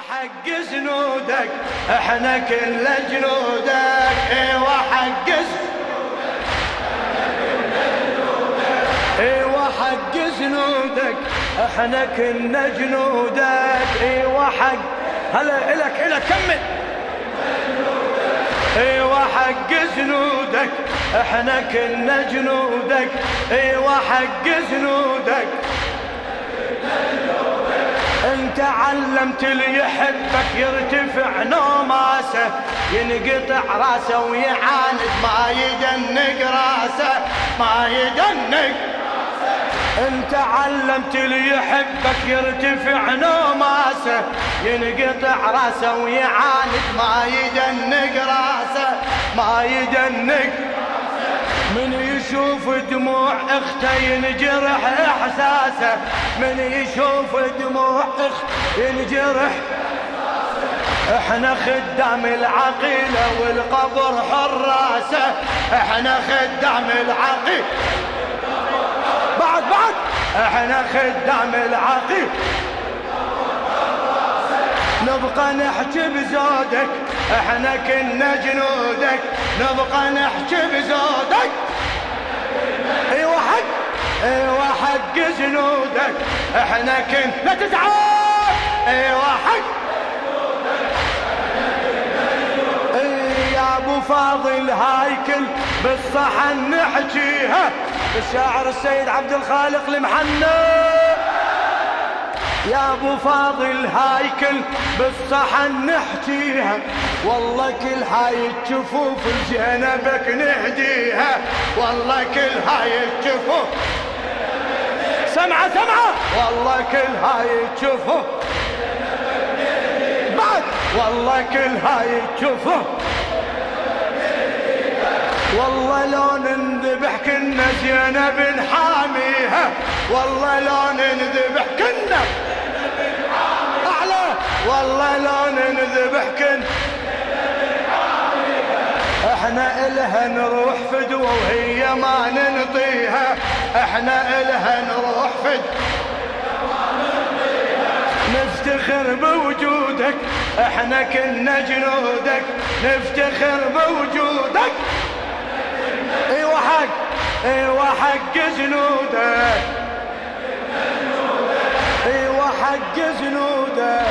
وحق جنودك احنا كل جنودك، ايوه حق ايوه حق جنودك احنا كنا جنودك، ايوه حق هلا الك كمل. ايوه حق جنودك احنا كنا جنودك، ايوه حق جنودك. انت علمت اللي يحبك يرتفع نوماسه، ينقطع راسه ويعاند ما يدنق راسه، ما يدنق. انت علمت اللي يحبك يرتفع نوماسه، ينقطع راسه ويعاند ما يدنق راسه، ما يدنق. من يشوف دموع اخته ينجرح احساسه، من يشوف دموع اخته ينجرح. احنا خدام العقيله والقبر حراسه، احنا خدام العقيله بعد احنا خدام العقيله. نبقى نحكي بزودك احنا كنا جنودك، نبقى نحكي بزودك. ايوه حق جنودك احنا كنا، لا تتعب. ايوه حق يا ابو فاضل هايكل بالصحن نحكيها، بالشاعر السيد عبد الخالق المحنى. يا ابو فاضل هايكل بالصحن نحكيها، والله كل هاي الجفوف لجنبك نهديها، والله كل هاي الجفوف سمعة والله كل هاي الجفوف بعد، والله كل هاي الجفوف. والله لو نذبح كنا زينب نحاميها، والله لو نذبح كنا أعلى، والله لو نذبح كنا احنا إلها نروح فدوة وهي ما ننطيها، احنا إلها نروح فدوة نفتخر بوجودك احنا كنا جنودك، نفتخر بوجودك. ايوه حق جنودك، ايوه حق جنودك.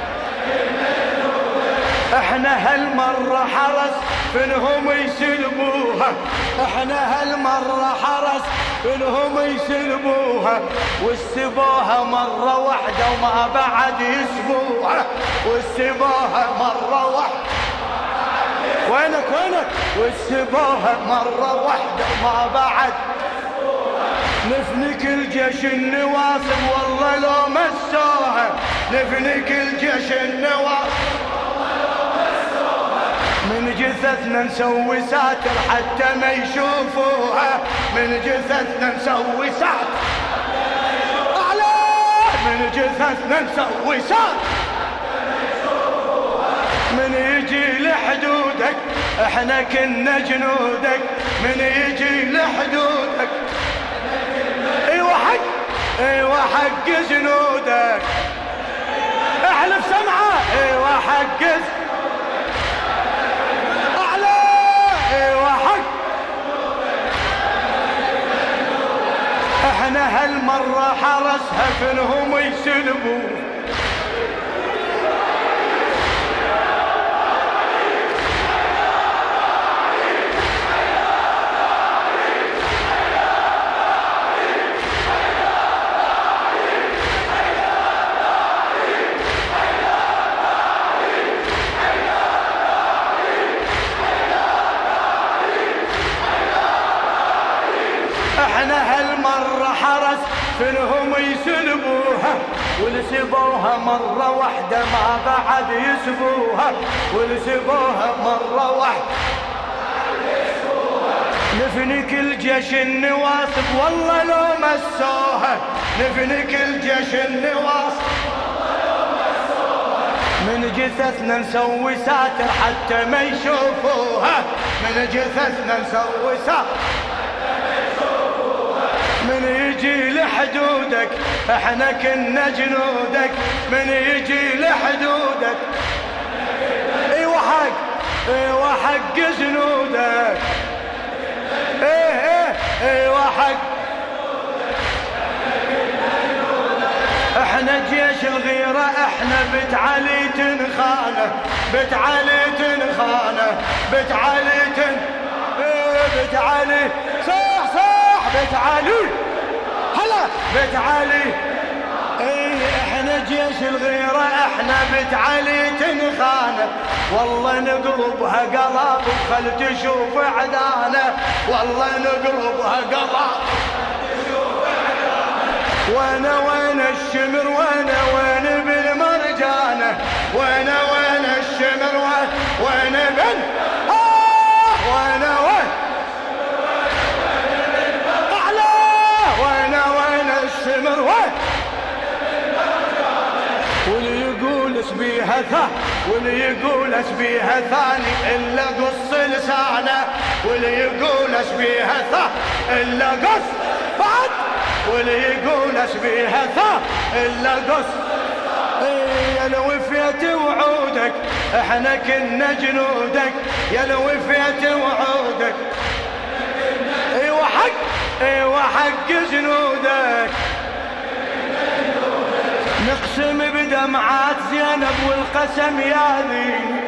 احنا هالمرة حرس فينهم يسلبوها، احنا هالمرة حرس فينهم يسلبوها، والسبوها مرة واحدة وما بعد يسبوها، والسبوها مرة واحدة. وينك والسبوها مرة واحدة وما بعد. نفنك الجيش النواصب والله لو مسوها، نفنك الجيش النواصب من جثثنا نسوي ساتر حتى ما يشوفوها، من جثثنا نسوي ساتر أعلى، من جثثنا نسوي ساتر. من يجي لحدودك احنا كنا جنودك، من يجي لحدودك. ايوه حق جنودك احلف سمعة. ايوه حق اعلى، ايوه حق. احنا هالمرة حرسها فينهم يسلبوا. احنا هالمرة حرس فينهم يسلبوها، والسبوها مرة واحدة ما بعد يسبوها، والسبوها مرة واحدة. نفنك الجيش النواصب والله لو مسوها، نفنك الجيش النواصب من جثثنا نسوي ساتر حتى ما يشوفوها، من جثثنا نسوي ساتر. من يجي لحدودك احنا كنا جنودك، من يجي لحدودك. ايوه حق، ايوه حق جنودك، ايوه حق. احنا جيش الغيرة، احنا بيت علي تنخانه، بيت علي تنخانه، بيت علي بيت علي، صح صح، بيت علي، هلا بيت علي. احنا جيش الغيرة، احنا بيت علي تنخانه، والله نقلبها قلب وخل تشوف عدانه، والله نقلبها قلب. وانا وين الشمر، وانا وين بالمرجانه، وانا وين الشمر، وين بن وانا وين اعلى، وانا وين الشمر، وين واللي يقول اسبيها واللي يقول اسبيها ثاني الا قص لسانه، واللي يقول اسبيها الا قص بعد، واللي يقول اسبيها الا قص. يا لو وفيت وعودك احنا كنا جنودك، يا لو وفيت وعودك، ايوه حق، ايوه حق جنودك. نقسم بدمعات زينب والقسم يا دين،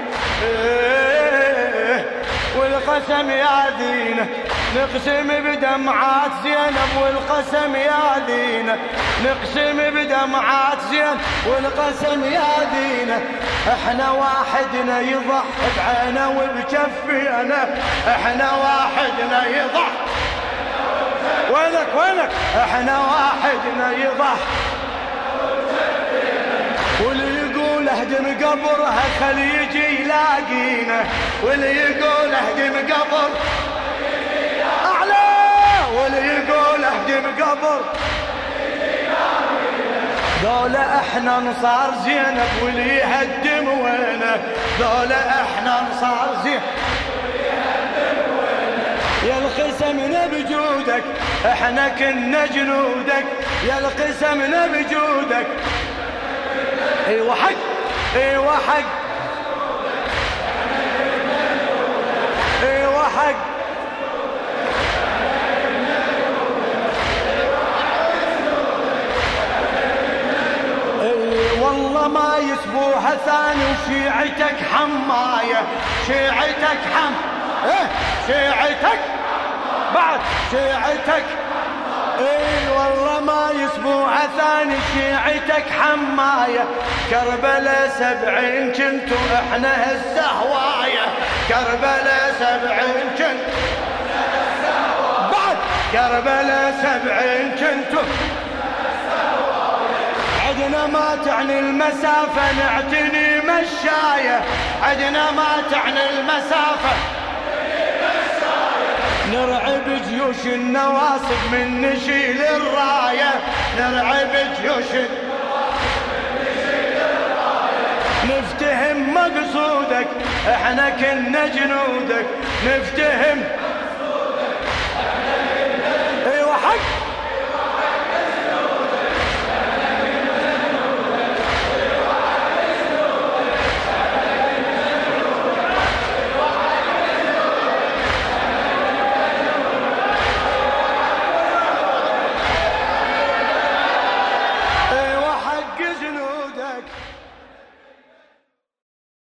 والقسم يا دين، نقسم بدمعات زينب والقسم يا دين، نقسم بدمعات زينب والقسم يا دين. احنا واحدنا يضحي بعينه وبكفينا، احنا واحدنا يضحي، وينك وينك، احنا واحدنا يضحي. واللي يقول اهدم قبرها خلي يجي يلاقينا، واللي يقول اهدم قبر اعلى، واللي يقول اهدم قبر. دولة احنا انصار زينب واللي يهدم وينه، دولة احنا انصار زينب يا القسمنا بجودك، احنا كنا جنودك، يا القسمنا بجودك. ايوه حق، ايوه حق، ايوه حق. والله ما يسبوها ثاني وشيعتك حمايه، شيعتك شيعتك بعد شيعتك. اي والله ما يسبوها ثاني شيعتك حمايه، كربلاء 70 كنتو احنا هسه هوايه، كربلاء 70 كنتو بعد، كربلاء 70 كنتو. عدنا ما تعني المسافة نعتني مشاية، عدنا ما تعني المسافة نرعب جيوش النواصب من نشيل الراية، نرعب جيوش النواصب من نشيل الراية. نفتهم مقصودك احنا كنا جنودك، نفتهم